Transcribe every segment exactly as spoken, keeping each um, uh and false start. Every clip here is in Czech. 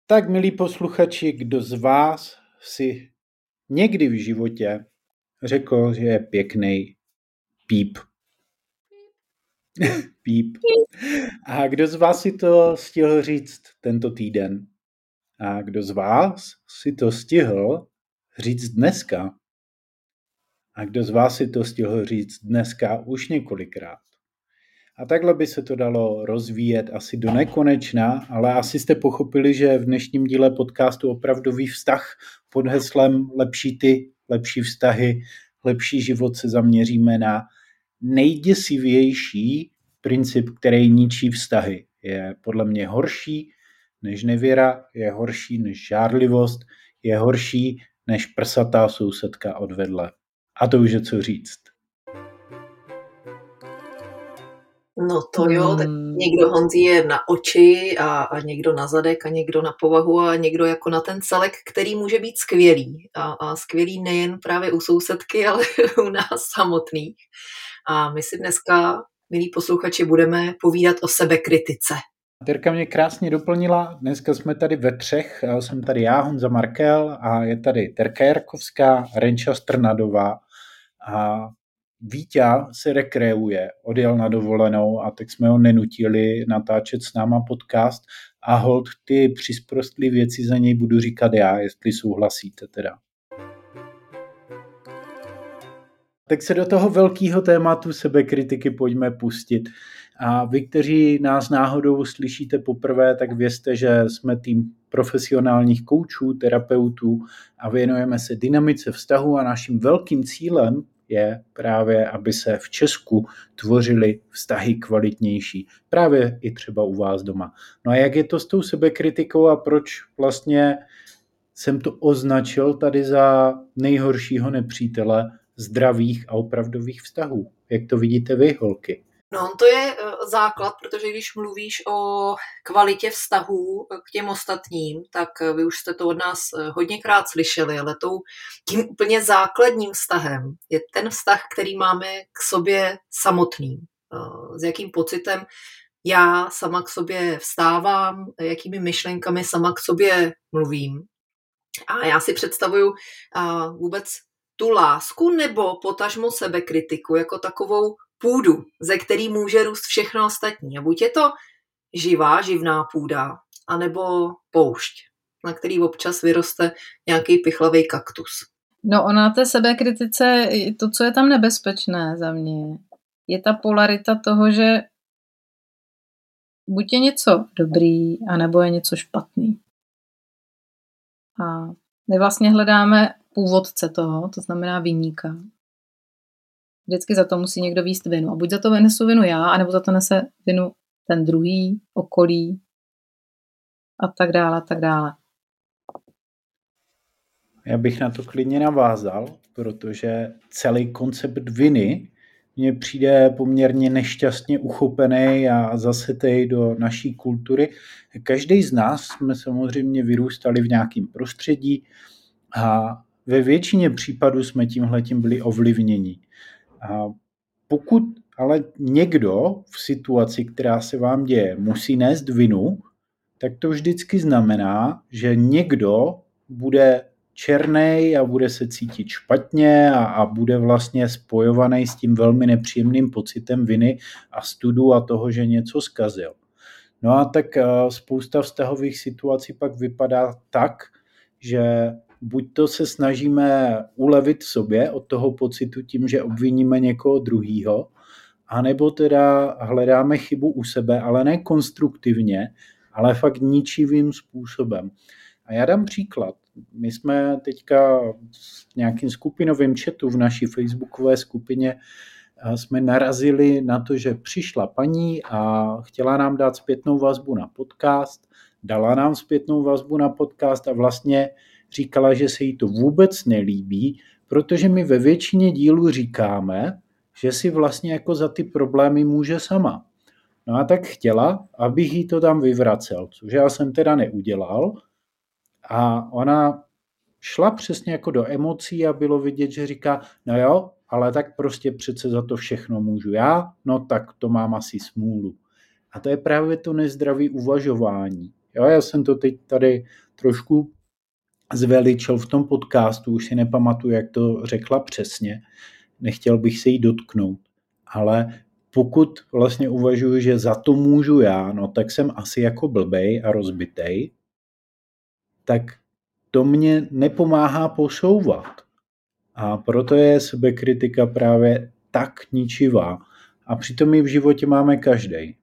Tak, milí posluchači, kdo z vás si někdy v životě řekl, že je pěkný píp? Píp. A kdo z vás si to stihl říct tento týden? A kdo z vás si to stihl říct dneska? A kdo z vás si to stihl říct dneska už několikrát? A takhle by se to dalo rozvíjet asi do nekonečna, ale asi jste pochopili, že v dnešním díle podcastu Opravdový vztah pod heslem Lepší ty, lepší vztahy, lepší život se zaměříme na nejděsivější princip, který ničí vztahy. Je podle mě horší než nevěra, je horší než žárlivost, je horší než prsatá sousedka od vedle. A to už je co říct. No to jo, tak někdo Honzí je na oči a, a někdo na zadek a někdo na povahu a někdo jako na ten celek, který může být skvělý. A, a skvělý nejen právě u sousedky, ale u nás samotných. A my si dneska, milí posluchači, budeme povídat o sebekritice. Terka mě krásně doplnila, dneska jsme tady ve třech, jsem tady já, Honza Markel, a je tady Terka Jarkovská, Renča Strnadová a Vítě se rekreuje, odjel na dovolenou a tak jsme ho nenutili natáčet s náma podcast a hold ty přisprostlý věci za něj budu říkat já, jestli souhlasíte teda. Tak se do toho velkého tématu sebekritiky pojďme pustit. A vy, kteří nás náhodou slyšíte poprvé, tak vězte, že jsme tým profesionálních koučů, terapeutů a věnujeme se dynamice vztahu a naším velkým cílem je právě, aby se v Česku tvořily vztahy kvalitnější. Právě i třeba u vás doma. No a jak je to s tou sebekritikou a proč vlastně jsem to označil tady za nejhoršího nepřítele zdravých a opravdových vztahů? Jak to vidíte vy, holky? No, to je základ, protože když mluvíš o kvalitě vztahů k těm ostatním, tak vy už jste to od nás hodněkrát slyšeli, ale tou, tím úplně základním vztahem je ten vztah, který máme k sobě samotným. S jakým pocitem já sama k sobě vstávám, jakými myšlenkami sama k sobě mluvím. A já si představuju vůbec tu lásku nebo potažmo sebekritiku jako takovou půdu, ze který může růst všechno ostatní. A buď je to živá, živná půda, anebo poušť, na který občas vyroste nějaký pichlavý kaktus. No ona té sebekritice, to, co je tam nebezpečné za mě, je ta polarita toho, že buď je něco dobrý, anebo je něco špatný. A my vlastně hledáme původce toho, to znamená viníka. Vždycky za to musí někdo vést vinu. A buď za to nesu vinu já, anebo za to nese vinu ten druhý, okolí a tak dále, a tak dále. Já bych na to klidně navázal, protože celý koncept viny mně přijde poměrně nešťastně uchopený a zasetej do naší kultury. Každý z nás jsme samozřejmě vyrůstali v nějakém prostředí a ve většině případů jsme tímhletím byli ovlivněni. A pokud ale někdo v situaci, která se vám děje, musí nést vinu, tak to vždycky znamená, že někdo bude černej a bude se cítit špatně a, a bude vlastně spojovaný s tím velmi nepříjemným pocitem viny a studu a toho, že něco zkazil. No a tak spousta vztahových situací pak vypadá tak, že buď to se snažíme ulevit sobě od toho pocitu tím, že obviníme někoho druhýho, anebo teda hledáme chybu u sebe, ale ne konstruktivně, ale fakt ničivým způsobem. A já dám příklad. My jsme teďka s nějakým skupinovým chatu v naší facebookové skupině jsme narazili na to, že přišla paní a chtěla nám dát zpětnou vazbu na podcast, dala nám zpětnou vazbu na podcast a vlastně říkala, že se jí to vůbec nelíbí, protože my ve většině dílů říkáme, že si vlastně jako za ty problémy může sama. No a tak chtěla, abych jí to tam vyvracel, což já jsem teda neudělal. A ona šla přesně jako do emocí a bylo vidět, že říká, no jo, ale tak prostě přece za to všechno můžu já, no tak to mám asi smůlu. A to je právě to nezdravé uvažování. Jo, já jsem to teď tady trošku zveličil v tom podcastu, už si nepamatuju, jak to řekla přesně, nechtěl bych se jí dotknout, ale pokud vlastně uvažuji, že za to můžu já, no tak jsem asi jako blbej a rozbitej, tak to mě nepomáhá posouvat. A proto je sebekritika právě tak ničivá. A přitom ji v životě máme každej.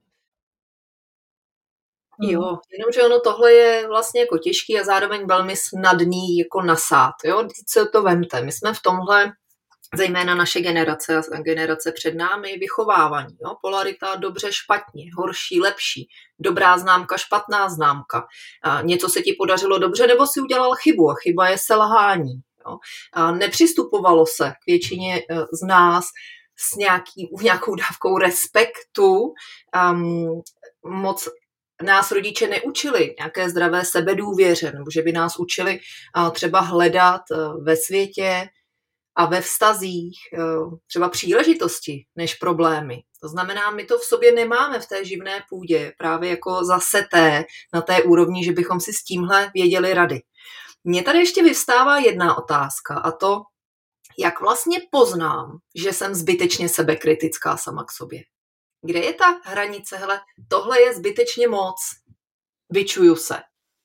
Jo, jenomže ono tohle je vlastně jako těžký a zároveň velmi snadný jako nasát. Jo? Teď se to vemte. My jsme v tomhle, zejména naše generace a generace před námi, vychovávaní. Jo? Polarita dobře, špatně, horší, lepší, dobrá známka, špatná známka. A něco se ti podařilo dobře, nebo si udělal chybu a chyba je selhání. Jo? A nepřistupovalo se k většině z nás s nějaký, nějakou dávkou respektu. Um, moc nás rodiče neučili nějaké zdravé sebedůvěře, nebo že by nás učili třeba hledat ve světě a ve vztazích třeba příležitosti než problémy. To znamená, my to v sobě nemáme v té živné půdě, právě jako zaseté na té úrovni, že bychom si s tímhle věděli rady. Mně tady ještě vyvstává jedna otázka, a to, jak vlastně poznám, že jsem zbytečně sebekritická sama k sobě. Kde je ta hranice? Hele, tohle je zbytečně moc. Vyčuju se.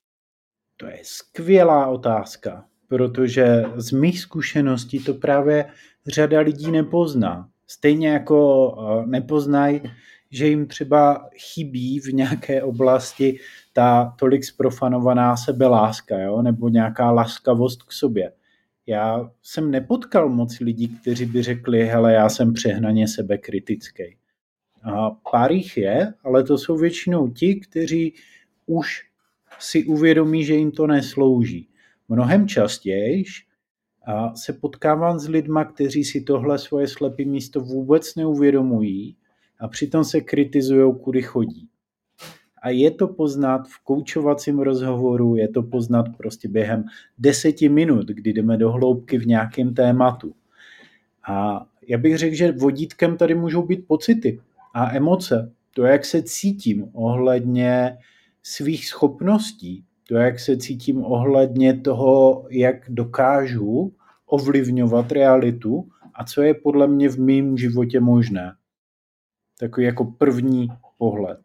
To je skvělá otázka, protože z mých zkušeností to právě řada lidí nepozná. Stejně jako nepoznají, že jim třeba chybí v nějaké oblasti ta tolik zprofanovaná sebeláska, jo? Nebo nějaká laskavost k sobě. Já jsem nepotkal moc lidí, kteří by řekli, hele, já jsem přehnaně sebekritický. A pár jich je, ale to jsou většinou ti, kteří už si uvědomí, že jim to neslouží. Mnohem častěji se potkávám s lidma, kteří si tohle svoje slepé místo vůbec neuvědomují a přitom se kritizují, kudy chodí. A je to poznat v koučovacím rozhovoru, je to poznat prostě během deseti minut, kdy jdeme do hloubky v nějakém tématu. A já bych řekl, že vodítkem tady můžou být pocity a emoce. To, jak se cítím ohledně svých schopností, to, jak se cítím ohledně toho, jak dokážu ovlivňovat realitu a co je podle mě v mém životě možné. Takový jako první pohled.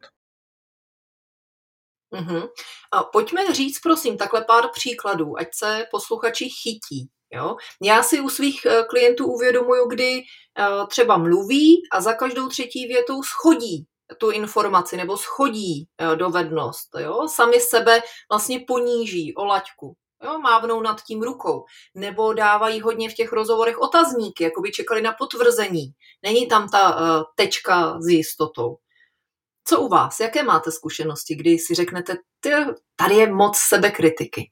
Uhum. A pojďme říct, prosím, takhle pár příkladů, ať se posluchači chytí. Jo? Já si u svých klientů uvědomuju, kdy třeba mluví a za každou třetí větou schodí tu informaci nebo schodí dovednost. Jo? Sami sebe vlastně poníží o laťku. Jo? Mávnou nad tím rukou. Nebo dávají hodně v těch rozhovorech otazníky, jako by čekali na potvrzení. Není tam ta uh, tečka s jistotou. Co u vás? Jaké máte zkušenosti, kdy si řeknete, ty, tady je moc sebekritiky?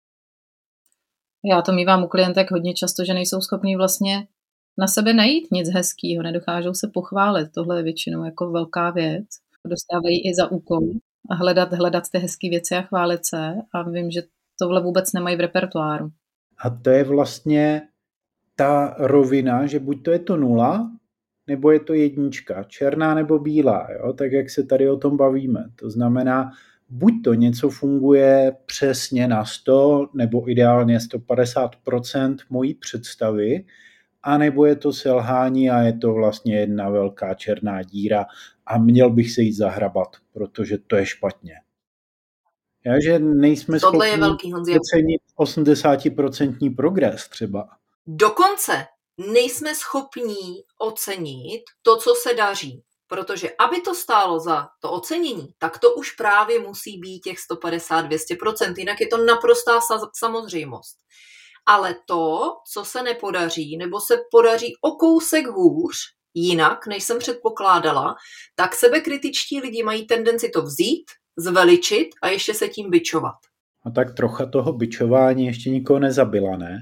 Já to mívám u klientek hodně často, že nejsou schopní vlastně na sebe najít nic hezkýho, nedokážou se pochválit. Tohle je většinou jako velká věc. Dostávají i za úkol a hledat, hledat ty hezké věci a chválit se a vím, že tohle vůbec nemají v repertoáru. A to je vlastně ta rovina, že buď to je to nula, nebo je to jednička, černá nebo bílá, jo? Tak jak se tady o tom bavíme. To znamená, buď to něco funguje přesně na sto, nebo ideálně sto padesát procent mojí představy, anebo je to selhání a je to vlastně jedna velká černá díra a měl bych se jít zahrabat, protože to je špatně. Já, že nejsme Tohle schopni ocenit osmdesát procent progres třeba. Dokonce nejsme schopní ocenit to, co se daří. Protože aby to stálo za to ocenění, tak to už právě musí být těch sto padesát až dvě stě procent, jinak je to naprostá samozřejmost. Ale to, co se nepodaří, nebo se podaří o kousek hůř, jinak, než jsem předpokládala, tak sebekritičtí lidi mají tendenci to vzít, zveličit a ještě se tím bičovat. A tak trocha toho bičování ještě nikoho nezabila, ne?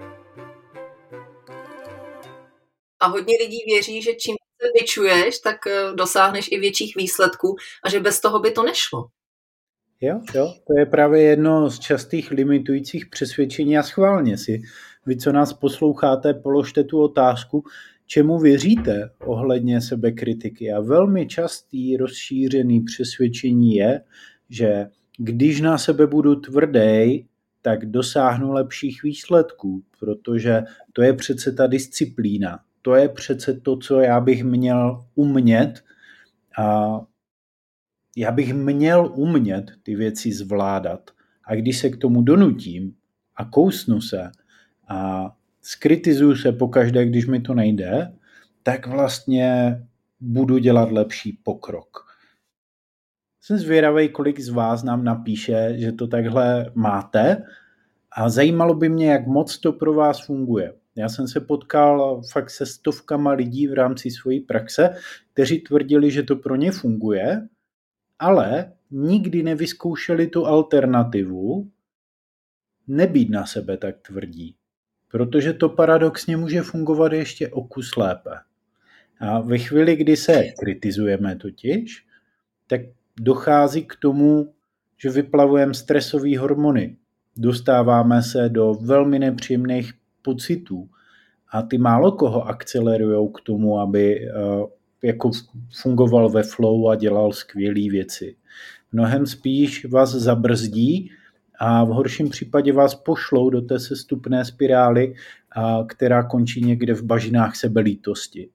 A hodně lidí věří, že čím se bičuješ, tak dosáhneš i větších výsledků a že bez toho by to nešlo. Jo, jo, to je právě jedno z častých limitujících přesvědčení a schválně si. Vy, co nás posloucháte, položte tu otázku, čemu věříte ohledně sebekritiky. A velmi častý rozšířený přesvědčení je, že když na sebe budu tvrdý, tak dosáhnu lepších výsledků, protože to je přece ta disciplína. To je přece to, co já bych měl umět. A já bych měl umět ty věci zvládat. A když se k tomu donutím a kousnu se a skritizuju se pokaždé, když mi to nejde, tak vlastně budu dělat lepší pokrok. Jsem zvědavý, kolik z vás nám napíše, že to takhle máte, a zajímalo by mě, jak moc to pro vás funguje. Já jsem se potkal fakt se stovkama lidí v rámci své praxe, kteří tvrdili, že to pro ně funguje, ale nikdy nevyzkoušeli tu alternativu nebýt na sebe tak tvrdí. Protože to paradoxně může fungovat ještě o kus lépe. A ve chvíli, kdy se kritizujeme totiž, tak dochází k tomu, že vyplavujeme stresové hormony. Dostáváme se do velmi nepříjemných pocitů a ty málo koho akcelerujou k tomu, aby uh, jako fungoval ve flow a dělal skvělé věci. Mnohem spíš vás zabrzdí a v horším případě vás pošlou do té sestupné spirály, uh, která končí někde v bažinách sebelítosti.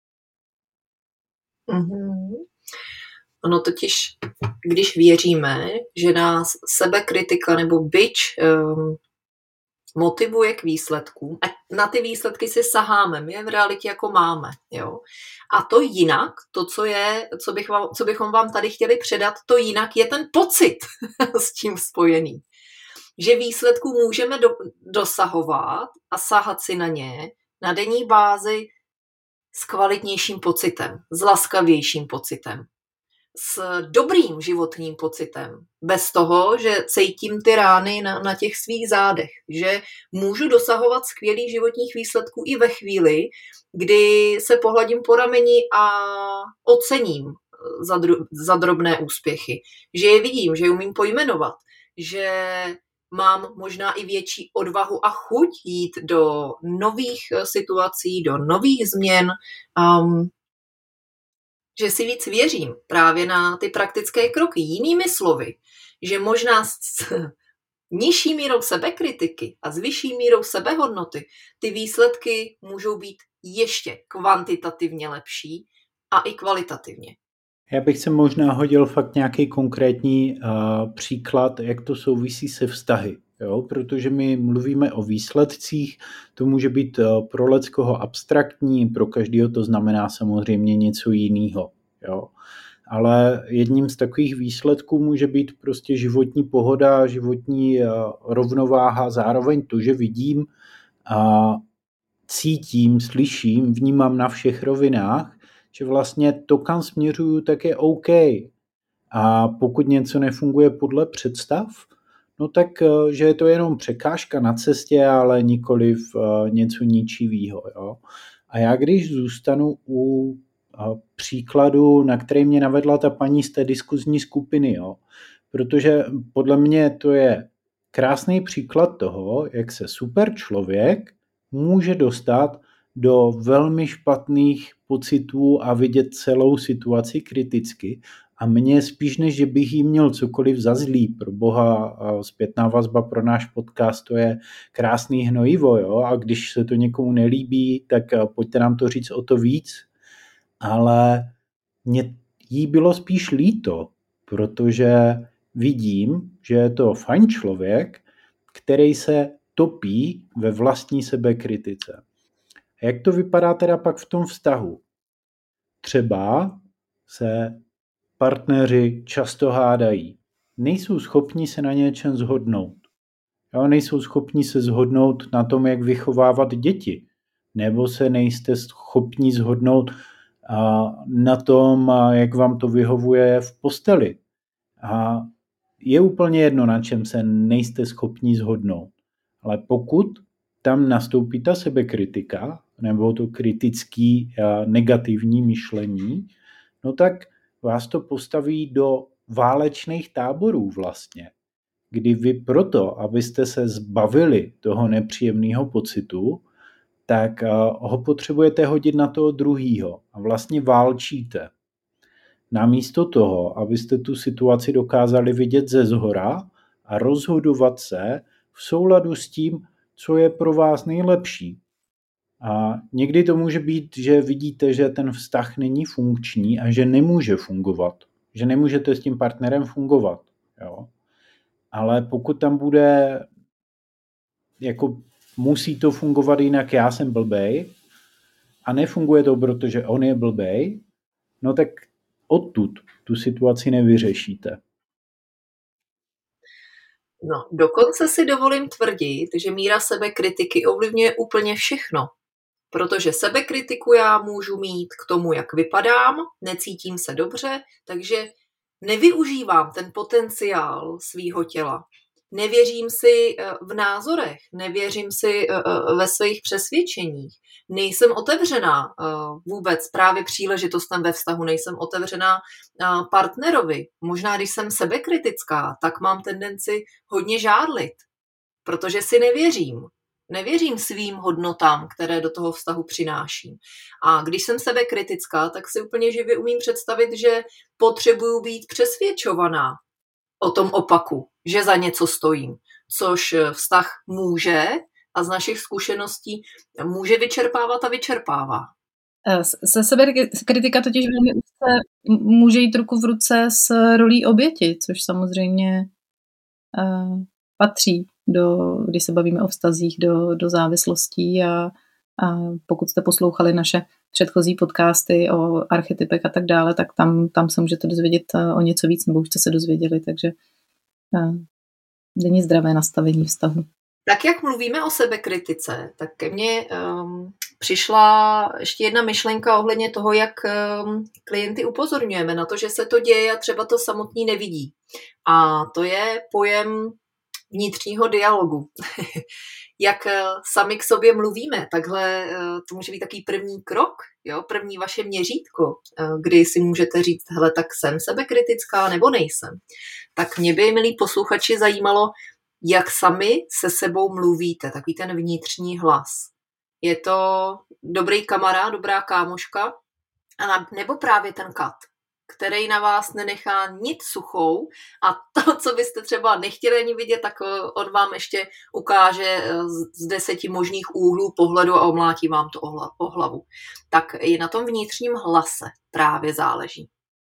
Mm-hmm. Ono totiž, když věříme, že nás sebekritika nebo bič um, motivuje k výsledkům, a na ty výsledky si saháme, my je v realitě jako máme. Jo? A to jinak, to, co, je, co, bych vám, co bychom vám tady chtěli předat, to jinak je ten pocit s tím spojený. Že výsledků můžeme do, dosahovat a sahat si na ně na denní bázi s kvalitnějším pocitem, s laskavějším pocitem, s dobrým životním pocitem, bez toho, že cítím ty rány na, na těch svých zádech, že můžu dosahovat skvělých životních výsledků i ve chvíli, kdy se pohladím po rameni a ocením za, dru, za drobné úspěchy, že je vidím, že je umím pojmenovat, že mám možná i větší odvahu a chuť jít do nových situací, do nových změn, um, že si víc věřím právě na ty praktické kroky. Jinými slovy, že možná s nižší mírou sebekritiky a s vyšší mírou sebehodnoty ty výsledky můžou být ještě kvantitativně lepší a i kvalitativně. Já bych se možná hodil fakt nějaký konkrétní uh, příklad, jak to souvisí se vztahy. Jo? Protože my mluvíme o výsledcích, to může být uh, pro leckoho abstraktní, pro každého to znamená samozřejmě něco jiného. Jo? Ale jedním z takových výsledků může být prostě životní pohoda, životní uh, rovnováha, zároveň to, že vidím a cítím, slyším, vnímám na všech rovinách, že vlastně to, kam směřuju, tak je OK. A pokud něco nefunguje podle představ, no tak, že je to jenom překážka na cestě, ale nikoliv něco ničivého. Jo? A já když zůstanu u příkladu, na který mě navedla ta paní z té diskuzní skupiny, jo? Protože podle mě to je krásný příklad toho, jak se super člověk může dostat do velmi špatných pocitů a vidět celou situaci kriticky. A mně spíš, než že bych jí měl cokoliv za zlý, pro boha, zpětná vazba pro náš podcast, to je krásný hnojivo, jo? A když se to někomu nelíbí, tak pojďte nám to říct o to víc. Ale mě jí bylo spíš líto, protože vidím, že je to fajn člověk, který se topí ve vlastní sebekritice. A jak to vypadá teda pak v tom vztahu? Třeba se partneři často hádají. Nejsou schopni se na něčem shodnout. Jo, nejsou schopni se shodnout na tom, jak vychovávat děti. Nebo se nejste schopni shodnout na tom, jak vám to vyhovuje v posteli. A je úplně jedno, na čem se nejste schopni shodnout. Ale pokud tam nastoupí ta sebekritika, nebo to kritický negativní myšlení, no tak vás to postaví do válečných táborů vlastně, kdy vy proto, abyste se zbavili toho nepříjemného pocitu, tak ho potřebujete hodit na toho druhýho a vlastně válčíte. namísto toho, abyste tu situaci dokázali vidět ze zhora a rozhodovat se v souladu s tím, co je pro vás nejlepší. A někdy to může být, že vidíte, že ten vztah není funkční a že nemůže fungovat. Že nemůžete s tím partnerem fungovat. Jo? Ale pokud tam bude, jako musí to fungovat jinak, já jsem blbej a nefunguje to, protože on je blbej, no tak odtud tu situaci nevyřešíte. No, dokonce si dovolím tvrdit, že míra sebekritiky ovlivňuje úplně všechno. Protože sebekritiku já můžu mít k tomu, jak vypadám, necítím se dobře, takže nevyužívám ten potenciál svýho těla. Nevěřím si v názorech, nevěřím si ve svých přesvědčeních. Nejsem otevřená vůbec právě příležitostem ve vztahu, nejsem otevřená partnerovi. Možná, když jsem sebekritická, tak mám tendenci hodně žádlit, protože si nevěřím. Nevěřím svým hodnotám, které do toho vztahu přináším. A když jsem sebekritická, tak si úplně živě umím představit, že potřebuju být přesvědčovaná o tom opaku, že za něco stojím, což vztah může a z našich zkušeností může vyčerpávat a vyčerpává. Se sebekritika totiž velmi úzce může jít ruku v ruce s rolí oběti, což samozřejmě uh, patří, do, když se bavíme o vztazích, do, do závislostí a, a pokud jste poslouchali naše předchozí podcasty o archetypech a tak dále, tak tam, tam se můžete dozvědět o něco víc, nebo už jste se dozvěděli, takže uh, není zdravé nastavení vztahu. Tak jak mluvíme o sebekritice, tak ke mně um, přišla ještě jedna myšlenka ohledně toho, jak um, klienty upozorňujeme na to, že se to děje a třeba to samotný nevidí. A to je pojem vnitřního dialogu. Jak sami k sobě mluvíme, takhle to může být takový první krok, jo? První vaše měřítko, kdy si můžete říct, hele, tak jsem sebekritická nebo nejsem. Tak mě by, milí posluchači, zajímalo, jak sami se sebou mluvíte, takový ten vnitřní hlas. Je to dobrý kamarád, dobrá kámoška, a nebo právě ten kat, který na vás nenechá nic suchou a to, co byste třeba nechtěli ani vidět, tak on vám ještě ukáže z deseti možných úhlů pohledu a omlátí vám to o hlavu. Tak i na tom vnitřním hlase právě záleží.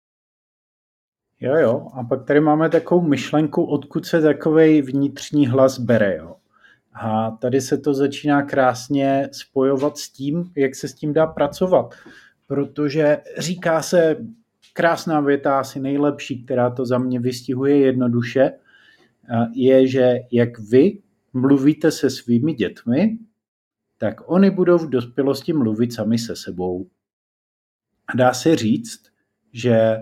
Jo, jo. A pak tady máme takovou myšlenku, odkud se takovej vnitřní hlas bere, jo. A tady se to začíná krásně spojovat s tím, jak se s tím dá pracovat. Protože říká se, krásná věta, asi nejlepší, která to za mě vystihuje jednoduše, je, že jak vy mluvíte se svými dětmi, tak oni budou v dospělosti mluvit sami se sebou. A dá se říct, že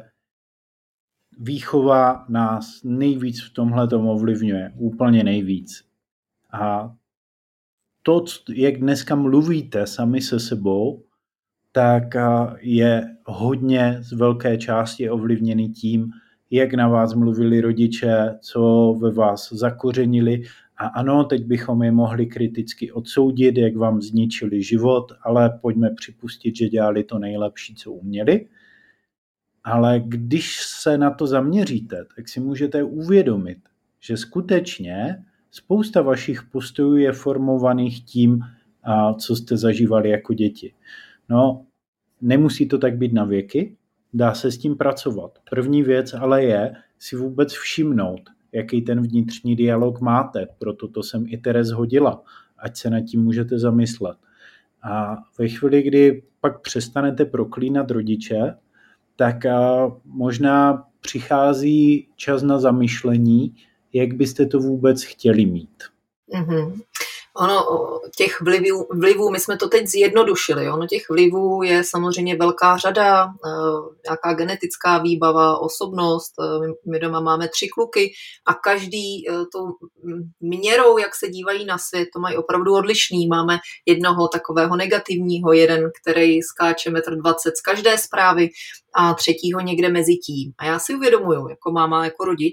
výchova nás nejvíc v tomhletom ovlivňuje, úplně nejvíc. A to, jak dneska mluvíte sami se sebou, tak je hodně z velké části ovlivněný tím, jak na vás mluvili rodiče, co ve vás zakořenili. A ano, teď bychom je mohli kriticky odsoudit, jak vám zničili život, ale pojďme připustit, že dělali to nejlepší, co uměli. Ale když se na to zaměříte, tak si můžete uvědomit, že skutečně spousta vašich postojů je formovaných tím, co jste zažívali jako děti. No, nemusí to tak být na věky, dá se s tím pracovat. První věc ale je si vůbec všimnout, jaký ten vnitřní dialog máte, proto to jsem i Teres hodila, ať se nad tím můžete zamyslet. A ve chvíli, kdy pak přestanete proklínat rodiče, tak možná přichází čas na zamyšlení, jak byste to vůbec chtěli mít. Mm-hmm. Ono, těch vlivů, vlivů, my jsme to teď zjednodušili, ono těch vlivů je samozřejmě velká řada, nějaká genetická výbava, osobnost, my doma máme tři kluky a každý tou měrou, jak se dívají na svět, to mají opravdu odlišný. Máme jednoho takového negativního, jeden, který skáče metr dvacet z každé zprávy a třetího někde mezi tím. A já si uvědomuju, jako máma, jako rodič,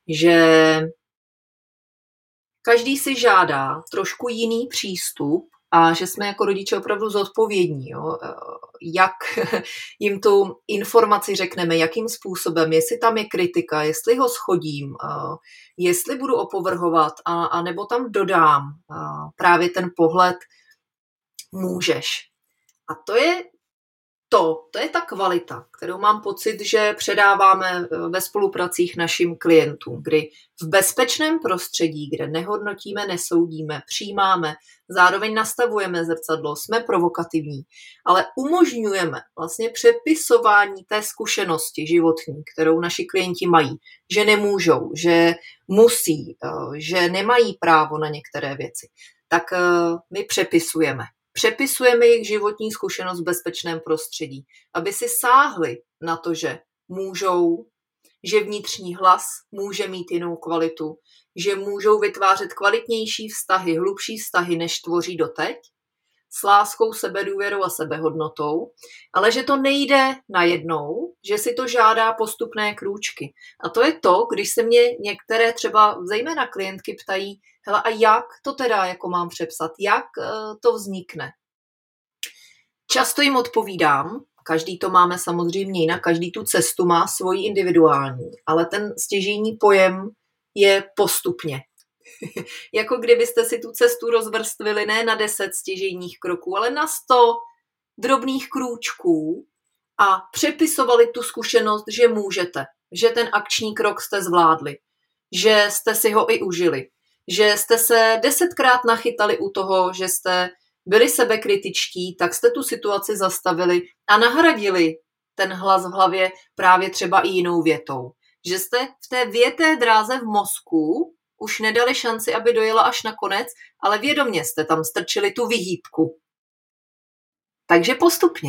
že každý si žádá trošku jiný přístup a že jsme jako rodiče opravdu zodpovědní, jo? Jak jim tu informaci řekneme, jakým způsobem, jestli tam je kritika, jestli ho shodím, jestli budu opovrhovat, a, a nebo tam dodám právě ten pohled můžeš. A to je to, to je ta kvalita, kterou mám pocit, že předáváme ve spolupracích našim klientům, kdy v bezpečném prostředí, kde nehodnotíme, nesoudíme, přijímáme, zároveň nastavujeme zrcadlo, jsme provokativní, ale umožňujeme vlastně přepisování té zkušenosti životní, kterou naši klienti mají, že nemůžou, že musí, že nemají právo na některé věci, tak my přepisujeme. Přepisujeme jejich životní zkušenost v bezpečném prostředí, aby si sáhli na to, že můžou, že vnitřní hlas může mít jinou kvalitu, že můžou vytvářet kvalitnější vztahy, hlubší vztahy, než tvoří doteď, s láskou, sebedůvěrou a sebehodnotou, ale že to nejde najednou, že si to žádá postupné krůčky. A to je to, když se mě některé třeba zejména klientky ptají, hele, a jak to teda jako mám přepsat, jak to vznikne. Často jim odpovídám, každý to máme samozřejmě jinak, každý tu cestu má svoji individuální, ale ten stěžejní pojem je postupně. Jako kdybyste si tu cestu rozvrstvili ne na deset stěžejních kroků, ale na sto drobných krůčků a přepisovali tu zkušenost, že můžete, že ten akční krok jste zvládli, že jste si ho i užili, že jste se desetkrát nachytali u toho, že jste byli sebekritičtí, tak jste tu situaci zastavili a nahradili ten hlas v hlavě právě třeba i jinou větou. Že jste v té věté dráze v mozku už nedali šanci, aby dojela až na konec, ale vědomě jste tam strčili tu vyhýbku. Takže postupně.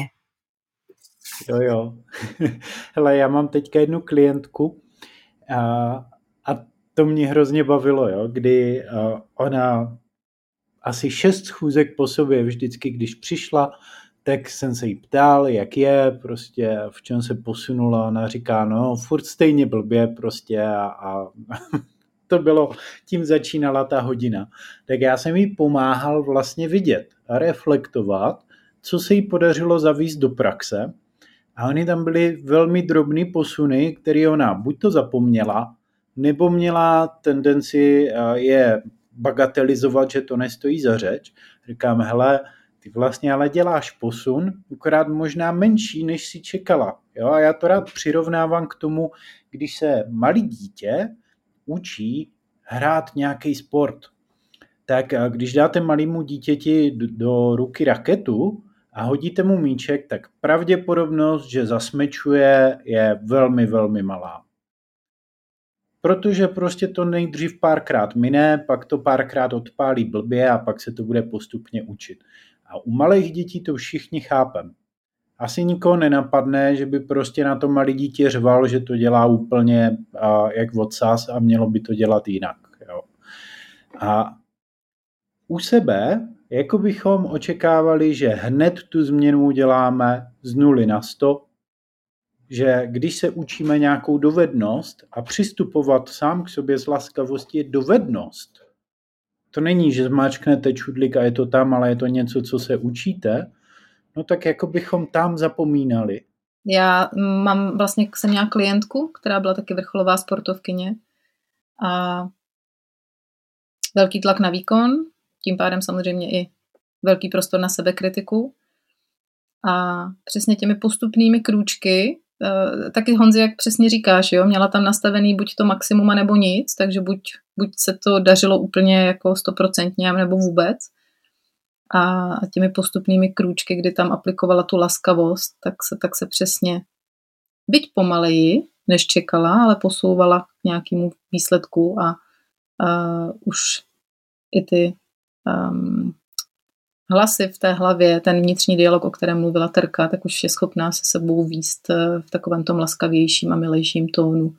Jo, jo. Hele, já mám teďka jednu klientku a, a to mě hrozně bavilo, jo, kdy uh, ona asi šest schůzek po sobě vždycky, když přišla, tak jsem se jí ptal, jak je, prostě v čem se posunula. Ona říká, no, furt stejně blbě prostě a, a to bylo, tím začínala ta hodina. Tak já jsem jí pomáhal vlastně vidět a reflektovat, co se jí podařilo zavíst do praxe. A ony tam byly velmi drobné posuny, které ona buď to zapomněla, nebo měla tendenci je bagatelizovat, že to nestojí za řeč. Říkám, hele, ty vlastně ale děláš posun, akorát možná menší, než si čekala. Jo? A já to rád přirovnávám k tomu, když se malý dítě učí hrát nějaký sport. Tak když dáte malému dítěti do ruky raketu a hodíte mu míček, tak pravděpodobnost, že zasmečuje, je velmi, velmi malá. Protože prostě to nejdřív párkrát mine, pak to párkrát odpálí blbě a pak se to bude postupně učit. A u malých dětí to všichni chápeme. Asi nikoho nenapadne, že by prostě na to malé dítě řval, že to dělá úplně a, jak odsaz a mělo by to dělat jinak. Jo. A u sebe, jako bychom očekávali, že hned tu změnu uděláme z nuly na sto, že když se učíme nějakou dovednost a přistupovat sám k sobě z laskavosti je dovednost. To není, že zmáčknete čudlík a je to tam, ale je to něco, co se učíte, no tak jako bychom tam zapomínali. Já mám vlastně, jsem měla klientku, která byla taky vrcholová sportovkyně a velký tlak na výkon, tím pádem samozřejmě i velký prostor na sebekritiku a přesně těmi postupnými krůčky, taky Honzi, jak přesně říkáš, jo, měla tam nastavený buď to maximum, nebo nic, takže buď, buď se to dařilo úplně jako stoprocentně, nebo vůbec. A těmi postupnými krůčky, kdy tam aplikovala tu laskavost, tak se, tak se přesně, byť pomaleji, než čekala, ale posouvala k nějakému výsledku a, a už i ty um, hlasy v té hlavě, ten vnitřní dialog, o kterém mluvila Terka, tak už je schopná se sebou vést v takovém tom laskavějším a milejším tónu.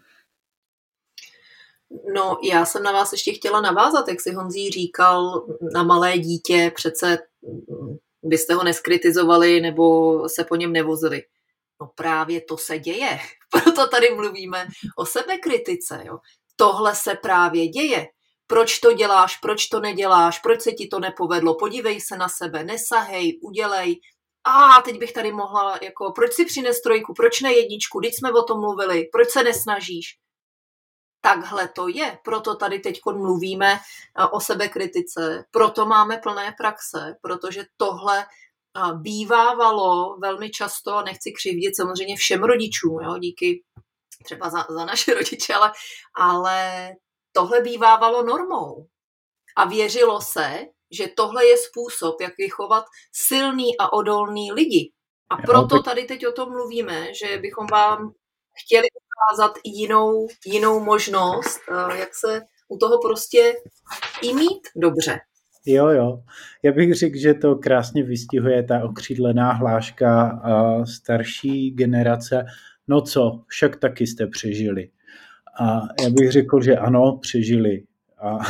No, já jsem na vás ještě chtěla navázat, jak si Honzí říkal, na malé dítě, přece byste ho neskritizovali nebo se po něm nevozili. No právě to se děje, proto tady mluvíme o sebekritice. Jo. Tohle se právě děje. proč to děláš, proč to neděláš, proč se ti to nepovedlo, podívej se na sebe, nesahej, udělej. A teď bych tady mohla, jako, proč si přines trojku, proč ne jedničku, teď jsme o tom mluvili, proč se nesnažíš. Takhle to je, proto tady teď mluvíme o sebekritice, proto máme plné praxe, protože tohle bývávalo velmi často, a nechci křivdit samozřejmě všem rodičům, jo, díky třeba za, za naše rodiče, ale, ale tohle bývávalo normou. A věřilo se, že tohle je způsob, jak vychovat silný a odolný lidi. A proto tady teď o tom mluvíme, že bychom vám chtěli ukázat jinou, jinou možnost, jak se u toho prostě i mít dobře. Jo, jo. Já bych řekl, že to krásně vystihuje ta okřídlená hláška a starší generace. No co, však taky jste přežili. A já bych řekl, že ano, přežili. A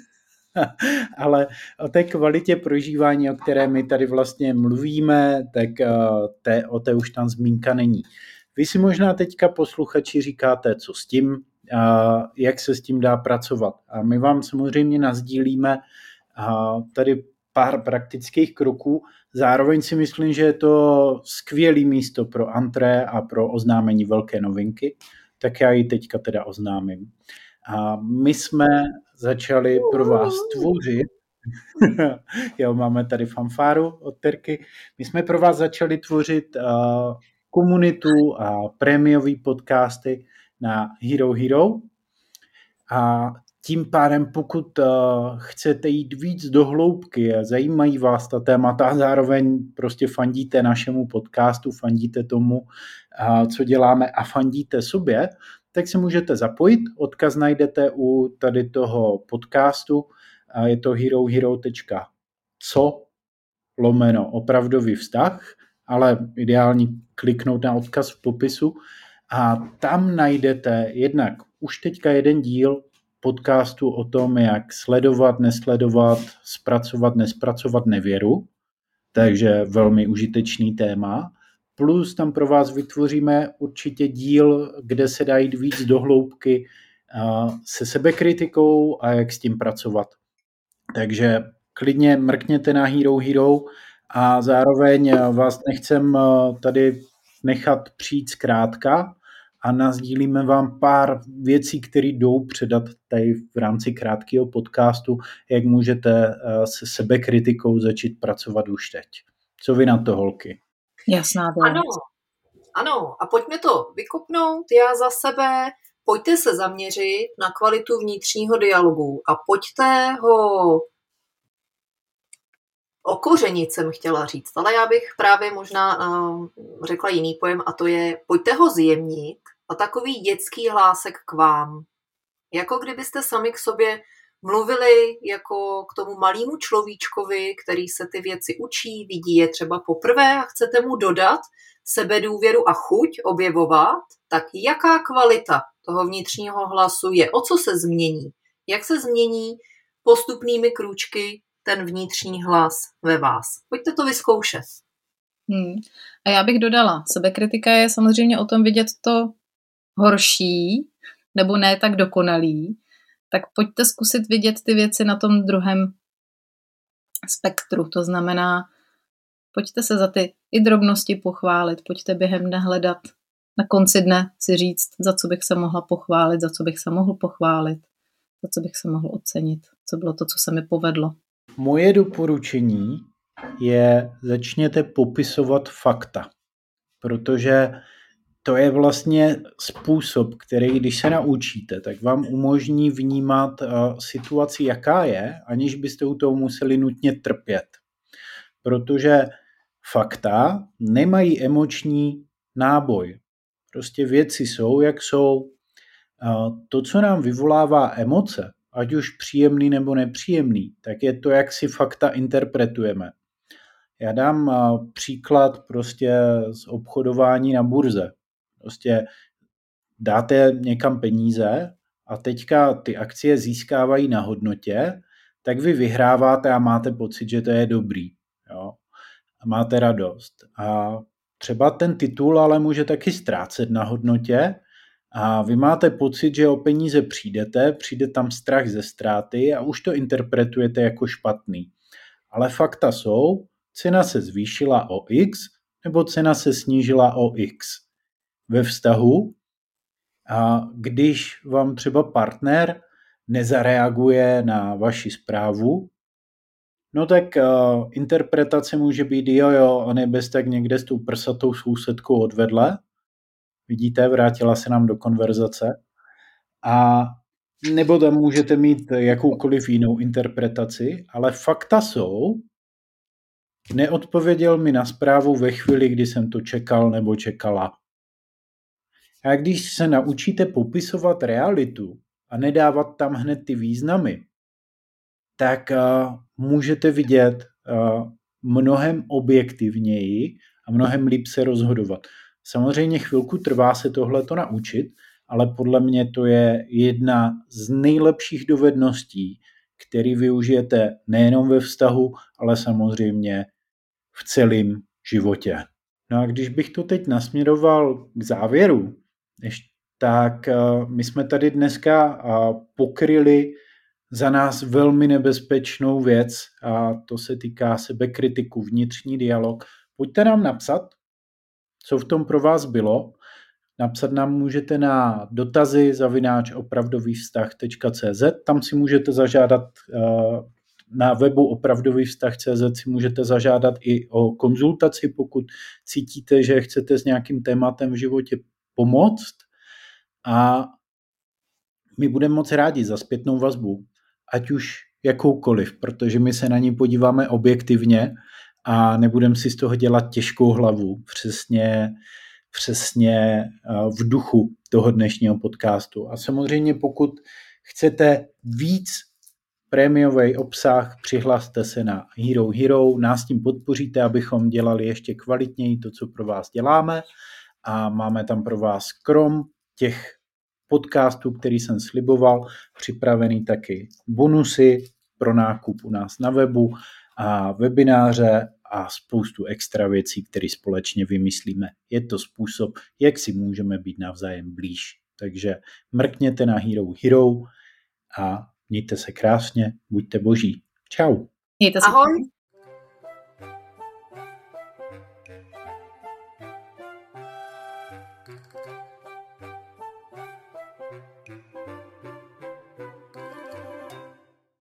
ale o té kvalitě prožívání, o které my tady vlastně mluvíme, tak té, o té už tam zmínka není. Vy si možná teďka posluchači říkáte, co s tím, jak se s tím dá pracovat. A my vám samozřejmě nasdílíme tady pár praktických kroků. Zároveň si myslím, že je to skvělé místo pro antré a pro oznámení velké novinky, tak já ji teďka teda oznámím. A my jsme začali pro vás tvořit, jo, máme tady fanfáru od Terky, my jsme pro vás začali tvořit uh, komunitu a prémiové podcasty na Hero Hero a tím pádem, pokud uh, chcete jít víc do hloubky a zajímají vás ta témata a zároveň prostě fandíte našemu podcastu, fandíte tomu, uh, co děláme a fandíte sobě, tak se můžete zapojit. Odkaz najdete u tady toho podcastu. Je to herohero tečka co lomeno opravdový vztah, ale ideálně kliknout na odkaz v popisu a tam najdete jednak už teďka jeden díl podcastu o tom, jak sledovat, nesledovat, zpracovat, nespracovat nevěru. Takže velmi užitečný téma. Plus tam pro vás vytvoříme určitě díl, kde se dá jít víc do hloubky se sebekritikou a jak s tím pracovat. Takže klidně mrkněte na Hero Hero a zároveň vás nechcem tady nechat přijít zkrátka a nasdílíme vám pár věcí, které jdou předat tady v rámci krátkého podcastu, jak můžete se sebekritikou začít pracovat už teď. Co vy na to, holky? Jasná věc. Ano, ano, a pojďme to vykopnout. Já za sebe, pojďte se zaměřit na kvalitu vnitřního dialogu a pojďte ho okořenit, jsem chtěla říct, ale já bych právě možná uh, řekla jiný pojem a to je, pojďte ho zjemnit a takový dětský hlásek k vám. Jako kdybyste sami k sobě mluvili jako k tomu malému človíčkovi, který se ty věci učí, vidí je třeba poprvé a chcete mu dodat sebedůvěru a chuť objevovat, tak jaká kvalita toho vnitřního hlasu je, o co se změní, jak se změní postupnými krůčky ten vnitřní hlas ve vás. Pojďte to vyzkoušet. Hmm. A já bych dodala, sebekritika je samozřejmě o tom vidět to horší, nebo ne tak dokonalý, tak pojďte zkusit vidět ty věci na tom druhém spektru. To znamená, pojďte se za ty i drobnosti pochválit, pojďte během dne hledat, na konci dne si říct, za co bych se mohla pochválit, za co bych se mohl pochválit, za co bych se mohl ocenit, co bylo to, co se mi povedlo. Moje doporučení je, začněte popisovat fakta, protože to je vlastně způsob, který, když se naučíte, tak vám umožní vnímat uh, situaci, jaká je, aniž byste u toho museli nutně trpět. Protože fakta nemají emoční náboj. Prostě věci jsou, jak jsou. Uh, to, co nám vyvolává emoce, ať už příjemný nebo nepříjemný, tak je to, jak si fakta interpretujeme. Já dám uh, příklad prostě z obchodování na burze. Prostě dáte někam peníze a teďka ty akcie získávají na hodnotě, tak vy vyhráváte a máte pocit, že to je dobrý. Jo? A máte radost. A třeba ten titul ale může taky ztrácet na hodnotě a vy máte pocit, že o peníze přijdete, přijde tam strach ze ztráty a už to interpretujete jako špatný. Ale fakta jsou, cena se zvýšila o X nebo cena se snížila o X. Ve vztahu, a když vám třeba partner nezareaguje na vaši zprávu, no tak uh, interpretace může být, jo, jo, on je bez tak někde s tou prsatou sousedkou odvedle. Vidíte, vrátila se nám do konverzace. A nebo tam můžete mít jakoukoliv jinou interpretaci, ale fakta jsou, neodpověděl mi na zprávu ve chvíli, kdy jsem to čekal nebo čekala. A když se naučíte popisovat realitu a nedávat tam hned ty významy, tak uh, můžete vidět uh, mnohem objektivněji a mnohem líp se rozhodovat. Samozřejmě chvilku trvá se tohleto naučit, ale podle mě to je jedna z nejlepších dovedností, který využijete nejenom ve vztahu, ale samozřejmě v celém životě. No a když bych to teď nasměroval k závěru, tak my jsme tady dneska pokryli za nás velmi nebezpečnou věc a to se týká sebekritiku, vnitřní dialog. Pojďte nám napsat, co v tom pro vás bylo. Napsat nám můžete na dotazy zavináč opravdovývztah tečka cé zet, tam si můžete zažádat na webu opravdovývztah tečka cé zet si můžete zažádat i o konzultaci, pokud cítíte, že chcete s nějakým tématem v životě pomoct, a my budeme moc rádi za zpětnou vazbu, ať už jakoukoliv, protože my se na ní podíváme objektivně a nebudeme si z toho dělat těžkou hlavu, přesně, přesně v duchu toho dnešního podcastu. A samozřejmě pokud chcete víc prémiový obsah, přihlaste se na Hero Hero, nás tím podpoříte, abychom dělali ještě kvalitněji to, co pro vás děláme, a máme tam pro vás krom těch podcastů, který jsem sliboval, připravený taky bonusy pro nákup u nás na webu a webináře a spoustu extra věcí, které společně vymyslíme. Je to způsob, jak si můžeme být navzájem blíž. Takže mrkněte na Hero Hero a mějte se krásně, buďte boží. Čau. Mějte se. Ahoj.